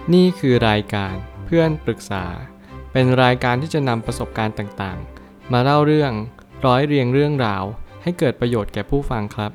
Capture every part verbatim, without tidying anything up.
นี่คือรายการเพื่อนปรึกษาเป็นรายการที่จะนำประสบการณ์ต่างๆมาเล่าเรื่องร้อยเรียงเรื่องราวให้เกิดประโยชน์แก่ผู้ฟังครับ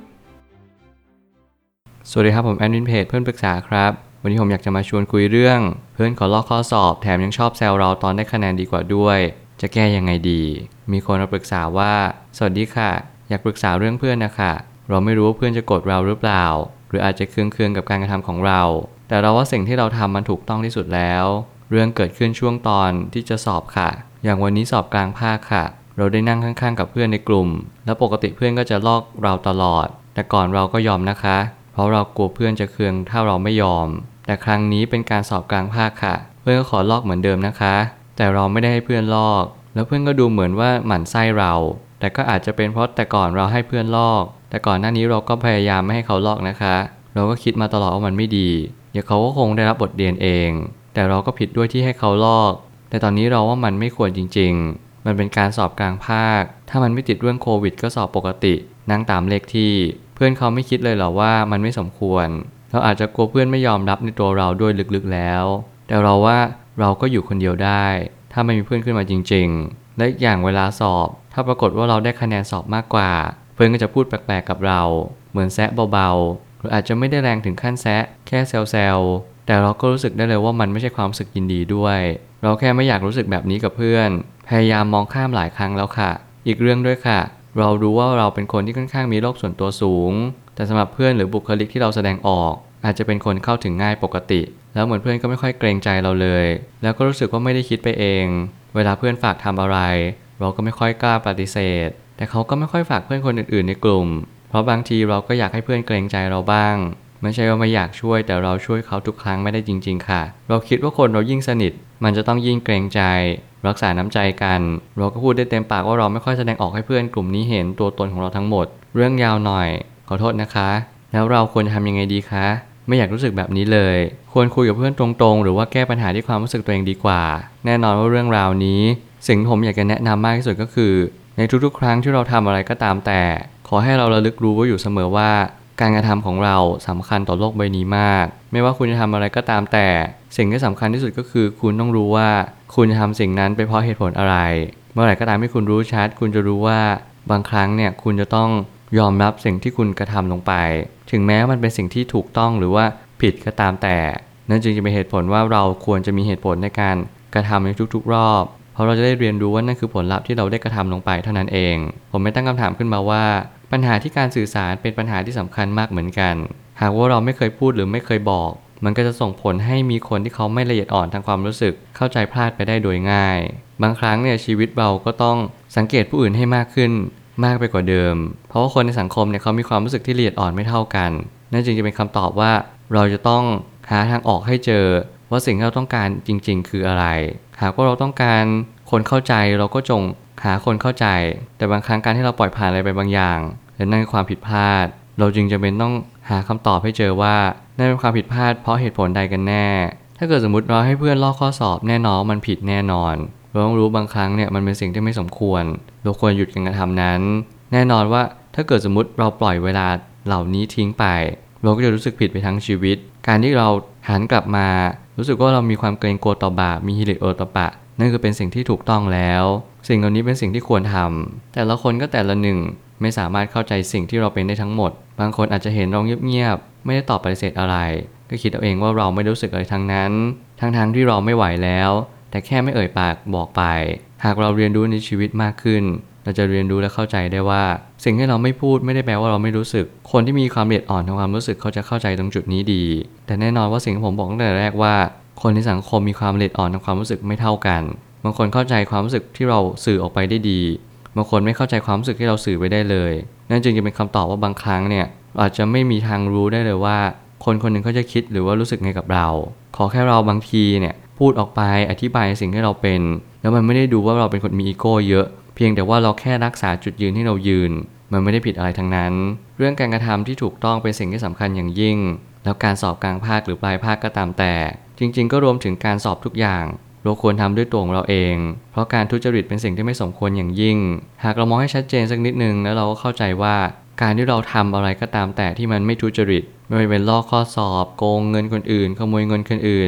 สวัสดีครับผมแอดมินเพจเพื่อนปรึกษาครับวันนี้ผมอยากจะมาชวนคุยเรื่องเพื่อนขอลอกข้อสอบแถมยังชอบแซวเราตอนได้คะแนนดีกว่าด้วยจะแก้ยังไงดีมีคนมาปรึกษาว่าสวัสดีค่ะอยากปรึกษาเรื่องเพื่อนนะคะเราไม่รู้ว่าเพื่อนจะโกรธเราหรือเปล่าหรืออาจจะเคืองๆกับการกระทำของเราแต่เราว่าสิ่งที่เราทำมันถูกต้องที่สุดแล้วเรื่องเกิดขึ้นช่วงตอนที่จะสอบค่ะอย่างวันนี้สอบกลางภาคค่ะเราได้นั่งข้างๆกับเพื่อนในกลุ่มแล้วปกติเพื่อนก็จะลอกเราตลอดแต่ก่อนเราก็ยอมนะคะเพราะเรากลัวเพื่อนจะเคืองถ้าเราไม่ยอมแต่ครั้งนี้เป็นการสอบกลางภาคค่ะเพื่อนก็ขอลอกเหมือนเดิมนะคะแต่เราไม่ได้ให้เพื่อนลอกแล้วเพื่อนก็ดูเหมือนว่าหมั่นไส้เราแต่ก็อาจจะเป็นเพราะแต่ก่อนเราให้เพื่อนลอกแต่ก่อนหน้านี้เราก็พยายามไม่ให้เขาลอกนะคะเราก็คิดมาตลอดว่ามันไม่ดีเดี๋ยวเขาก็คงได้รับบทเรียนเองแต่เราก็ผิดด้วยที่ให้เขาลอกแต่ตอนนี้เราว่ามันไม่ควรจริงๆมันเป็นการสอบกลางภาคถ้ามันไม่ติดเรื่องโควิดก็สอบปกตินั่งตามเลขที่เพื่อนเขาไม่คิดเลยเหรอว่ามันไม่สมควรเราอาจจะกลัวเพื่อนไม่ยอมรับในตัวเราด้วยลึกๆแล้วแต่เราว่าเราก็อยู่คนเดียวได้ถ้าไม่มีเพื่อนขึ้นมาจริงๆและอย่างเวลาสอบถ้าปรากฏว่าเราได้คะแนนสอบมากกว่าเพื่อนก็จะพูดแปลกๆกับเราเหมือนแซะเบาๆหรืออาจจะไม่ได้แรงถึงขั้นแซะแค่แซวๆแต่เราก็รู้สึกได้เลยว่ามันไม่ใช่ความรู้สึกยินดีด้วยเราแค่ไม่อยากรู้สึกแบบนี้กับเพื่อนพยายามมองข้ามหลายครั้งแล้วค่ะอีกเรื่องด้วยค่ะเรารู้ว่าเราเป็นคนที่ค่อนข้างมีโลกส่วนตัวสูงแต่สำหรับเพื่อนหรือบุคลิกที่เราแสดงออกอาจจะเป็นคนเข้าถึงง่ายปกติแล้วเหมือนเพื่อนก็ไม่ค่อยเกรงใจเราเลยแล้วก็รู้สึกว่าไม่ได้คิดไปเองเวลาเพื่อนฝากทำอะไรเราก็ไม่ค่อยกล้าปฏิเสธแต่เขาก็ไม่ค่อยฝากเพื่อนคนอื่นๆในกลุ่มเพราะบางทีเราก็อยากให้เพื่อนเกรงใจเราบ้างไม่ใช่ว่าไม่อยากช่วยแต่เราช่วยเขาทุกครั้งไม่ได้จริงๆค่ะเราคิดว่าคนเรายิ่งสนิทมันจะต้องยิ่งเกรงใจรักษาน้ำใจกันเราก็พูดได้เต็มปากว่าเราไม่ค่อยแสดงออกให้เพื่อนกลุ่มนี้เห็นตัวตนของเราทั้งหมดเรื่องยาวหน่อยขอโทษนะคะแล้วเราควรจะทำยังไงดีคะไม่อยากรู้สึกแบบนี้เลยควรคุยกับเพื่อนตรงๆหรือว่าแก้ปัญหาที่ความรู้สึกตัวเองดีกว่าแน่นอนว่าเรื่องราวนี้สิ่งที่ผมอยากจะแนะนำมากที่สุดก็คือในทุกๆครั้งที่เราทำอะไรก็ตามแต่ขอให้เราระลึกรู้ไว้อยู่เสมอว่าการกระทำของเราสำคัญต่อโลกใบนี้มากไม่ว่าคุณจะทำอะไรก็ตามแต่สิ่งที่สำคัญที่สุดก็คือคุณต้องรู้ว่าคุณจะทำสิ่งนั้นไปเพราะเหตุผลอะไรเมื่อไหร่ก็ตามที่คุณรู้ชัดคุณจะรู้ว่าบางครั้งเนี่ยคุณจะต้องยอมรับสิ่งที่คุณกระทำลงไปถึงแม้มันเป็นสิ่งที่ถูกต้องหรือว่าผิดก็ตามแต่นั่นจึงจะเป็นเหตุผลว่าเราควรจะมีเหตุผลในการกระทำในทุกๆรอบเพราะเราจะได้เรียนรู้ว่านั่นคือผลลัพธ์ที่เราได้กระทำลงไปเท่านั้นเองผมไม่ตั้งคำถามขึ้นมาว่าปัญหาที่การสื่อสารเป็นปัญหาที่สำคัญมากเหมือนกันหากว่าเราไม่เคยพูดหรือไม่เคยบอกมันก็จะส่งผลให้มีคนที่เขาไม่ละเอียดอ่อนทางความรู้สึกเข้าใจพลาดไปได้โดยง่ายบางครั้งเนี่ยชีวิตเราก็ต้องสังเกตผู้อื่นให้มากขึ้นมากไปกว่าเดิมเพราะว่าคนในสังคมเนี่ยเขามีความรู้สึกที่ละเอียดอ่อนไม่เท่ากันนั่นจึงจะเป็นคำตอบว่าเราจะต้องหาทางออกให้เจอว่าสิ่งที่เราต้องการจริงๆคืออะไรหากว่าเราต้องการคนเข้าใจเราก็จงหาคนเข้าใจแต่บางครั้งการที่เราปล่อยผ่านอะไรไปบางอย่างและนั่นคือความผิดพลาดเราจึงจะเป็นต้องหาคำตอบให้เจอว่านั่นเป็นความผิดพลาดเพราะเหตุผลใดกันแน่ถ้าเกิดสมมติเราให้เพื่อนลอกข้อสอบแน่นอนมันผิดแน่นอนเราต้องรู้บางครั้งเนี่ยมันเป็นสิ่งที่ไม่สมควรเราควรหยุดการกระทำนั้นแน่นอนว่าถ้าเกิดสมมติเราปล่อยเวลาเหล่านี้ทิ้งไปเราก็จะรู้สึกผิดไปทั้งชีวิตการที่เราหันกลับมารู้สึกว่าเรามีความเกรงกลัวต่อบาปมีฮิริโอตปะนั่นคือเป็นสิ่งที่ถูกต้องแล้วสิ่งเหล่านี้เป็นสิ่งที่ควรทำแต่ละคนก็แต่ละหนึ่งไม่สามารถเข้าใจสิ่งที่เราเป็นได้ทั้งหมดบางคนอาจจะเห็นเราเงียบๆไม่ได้ตอบปฏิเสธอะไรก็คิดเอาเองว่าเราไม่รู้สึกอะไรทั้งนั้นทั้งๆที่เราไม่ไหวแล้วแต่แค่ไม่เอ่ยปากบอกไปหากเราเรียนรู้ในชีวิตมากขึ้นเราจะเรียนรู้และเข้าใจได้ว่าสิ่งที่เราไม่พูดไม่ได้แปลว่าเราไม่รู้สึกคนที่มีความละเอียดอ่อนทางความรู้สึกเขาจะเข้าใจตรงจุดนี้ดีแต่แน่นอนว่าสิ่งที่ผมบอกตั้งแต่แรกว่าคนในสังคมมีความละเอียดอ่อนทางความรู้สึกไม่เท่ากันบางคนเข้าใจความรู้สึกที่เราสื่อออกไปได้ดีบางคนไม่เข้าใจความรู้สึกที่เราสื่อไปได้เลยนั่นจึงจะเป็นคำตอบว่าบางครั้งเนี่ยอาจจะไม่มีทางรู้ได้เลยว่าคนคนหนึ่งเขาจะคิดหรือว่ารู้สึกไงกับเราขอแค่เราบางทีเนี่ยพูดออกไปอธิบายสิ่งที่เราเป็นแล้วมันไม่ได้ดูว่าเราเป็นคนมีอีโก้เยอะเพียงแต่ว่าเราแค่รักษาจุดยืนที่เรายืนมันไม่ได้ผิดอะไรทั้งนั้นเรื่องการกระทำที่ถูกต้องเป็นสิ่งที่สำคัญอย่างยิ่งแล้วการสอบกลางภาคหรือปลายภาคก็ตามแต่จริงๆก็รวมถึงการสอบทุกอย่างเราควรทำด้วยตัวของเราเองเพราะการทุจริตเป็นสิ่งที่ไม่สมควรอย่างยิ่งหากเรามองให้ชัดเจนสักนิดนึงแล้วเราก็เข้าใจว่าการที่เราทำอะไรก็ตามแต่ที่มันไม่ทุจริตไม่ว่าเป็นลอกข้อสอบโกงเงินคนอื่นขโมยเงินคนอื่น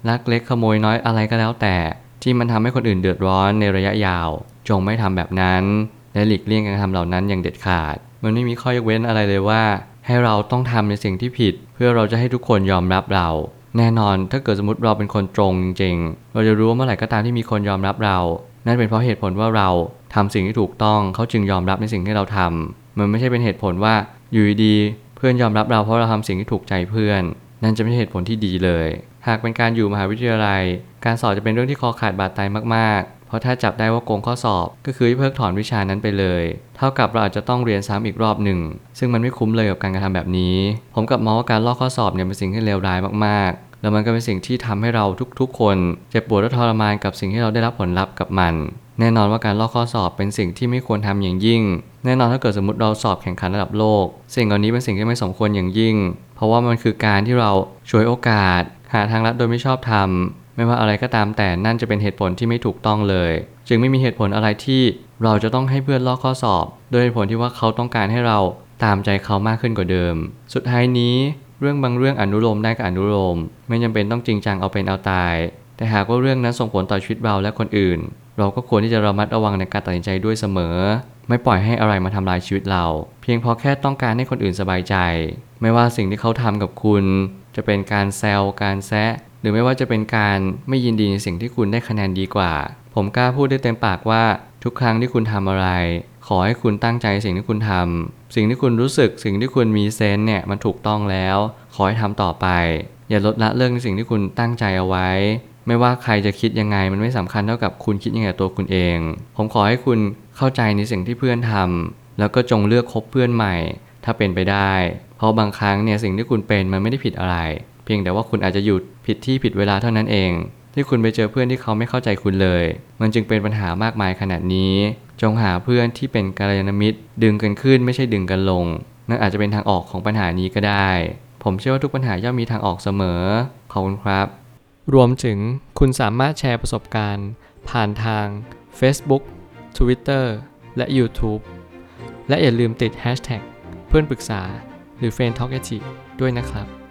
ลักเล็กขโมยน้อยอะไรก็แล้วแต่ที่มันทำให้คนอื่นเดือดร้อนในระยะยาวจงไม่ทำแบบนั้นและหลีกเลี่ยงการทำเหล่านั้นอย่างเด็ดขาดมันไม่มีข้อยกเว้นอะไรเลยว่าให้เราต้องทำในสิ่งที่ผิดเพื่อเราจะให้ทุกคนยอมรับเราแน่นอนถ้าเกิดสมมติเราเป็นคนตรงจริงๆเราจะรู้ว่าเมื่อไหร่ก็ตามที่มีคนยอมรับเรานั่นเป็นเพราะเหตุผลว่าเราทำสิ่งที่ถูกต้องเขาจึงยอมรับในสิ่งที่เราทำมันไม่ใช่เป็นเหตุผลว่าอยู่ดีเพื่อนยอมรับเราเพราะเราทำสิ่งที่ถูกใจเพื่อนนั่นจะไม่ใช่เหตุผลที่ดีเลยหากเป็นการอยู่มหาวิทยาลัยการสอบจะเป็นเรื่องที่คอขาดบาดตายมากๆเพราะถ้าจับได้ว่าโกงข้อสอบก็คือให้เพิกถอนวิชานั้นไปเลยเท่ากับเราอาจจะต้องเรียนซ้ำอีกรอบหนึ่งซึ่งมันไม่คุ้มเลยกับการกระทำแบบนี้ผมกับมองว่าการลอกข้อสอบเนี่ยเป็นสิ่งที่เลวร้ายมากๆแล้วมันก็เป็นสิ่งที่ทำให้เราทุกๆคนเจ็บปวดและทรมานกับสิ่งที่เราได้รับผลลัพธ์กับมันแน่นอนว่าการลอกข้อสอบเป็นสิ่งที่ไม่ควรทำอย่างยิ่งแน่นอนถ้าเกิดสมมติเราสอบแข่งขันระดับโลกสิ่งเหล่านี้เป็นสิ่งที่ไม่สมควรอย่างยิ่งเพราะว่ามันคือการที่เราฉวยโอกาสหาทางลัดโดยไม่ชอบธรรมไม่ว่าอะไรก็ตามแต่นั่นจะเป็นเหตุผลที่ไม่ถูกต้องเลยจึงไม่มีเหตุผลอะไรที่เราจะต้องให้เพื่อนลอกข้อสอบโดยเหตุผลที่ว่าเขาต้องการให้เราตามใจเขามากขึ้นกว่าเดิมสุดท้ายนี้เรื่องบางเรื่องอนุโลมได้ก็อนุโลมไม่จำเป็นต้องจริงจังเอาเป็นเอาตายแต่หากว่าเรื่องนั้นส่งผลต่อชีวิตเราและคนอื่นเราก็ควรที่จะระมัดระวังในการตัดสินใจด้วยเสมอไม่ปล่อยให้อะไรมาทำลายชีวิตเราเพียงเพราะแค่ต้องการให้คนอื่นสบายใจไม่ว่าสิ่งที่เขาทำกับคุณจะเป็นการแซวการแซะหรือไม่ว่าจะเป็นการไม่ยินดีในสิ่งที่คุณได้คะแนนดีกว่าผมกล้าพูดได้เต็มปากว่าทุกครั้งที่คุณทำอะไรขอให้คุณตั้งใจสิ่งที่คุณทำสิ่งที่คุณรู้สึกสิ่งที่คุณมีเซนส์เนี่ยมันถูกต้องแล้วขอให้ทำต่อไปอย่าลดละเลิกในสิ่งที่คุณตั้งใจเอาไว้ไม่ว่าใครจะคิดยังไงมันไม่สำคัญเท่ากับคุณคิดยังไงตัวคุณเองผมขอให้คุณเข้าใจในสิ่งที่เพื่อนทำแล้วก็จงเลือกคบเพื่อนใหม่ถ้าเป็นไปได้เพราะบางครั้งเนี่ยสิ่งที่คุณเป็นมันไม่ได้ผิดอะไรเพียงแต่ว่าคุณอาจจะหยุดผิดที่ผิดเวลาเท่านั้นเองที่คุณไปเจอเพื่อนที่เขาไม่เข้าใจคุณเลยมันจึงเป็นปัญหามากมายขนาดนี้จงหาเพื่อนที่เป็นกัลยาณมิตรดึงกันขึ้นไม่ใช่ดึงกันลงนั่นอาจจะเป็นทางออกของปัญหานี้ก็ได้ผมเชื่อว่าทุกปัญหาย่อมมีทางออกเสมอขอบคุณครับรวมถึงคุณสามารถแชร์ประสบการณ์ผ่านทาง Facebook Twitter และ YouTube และอย่าลืมติด แฮชแท็ก เพื่อนปรึกษาหรือ เฟรนด์ ทอล์ก แอท ด้วยนะครับ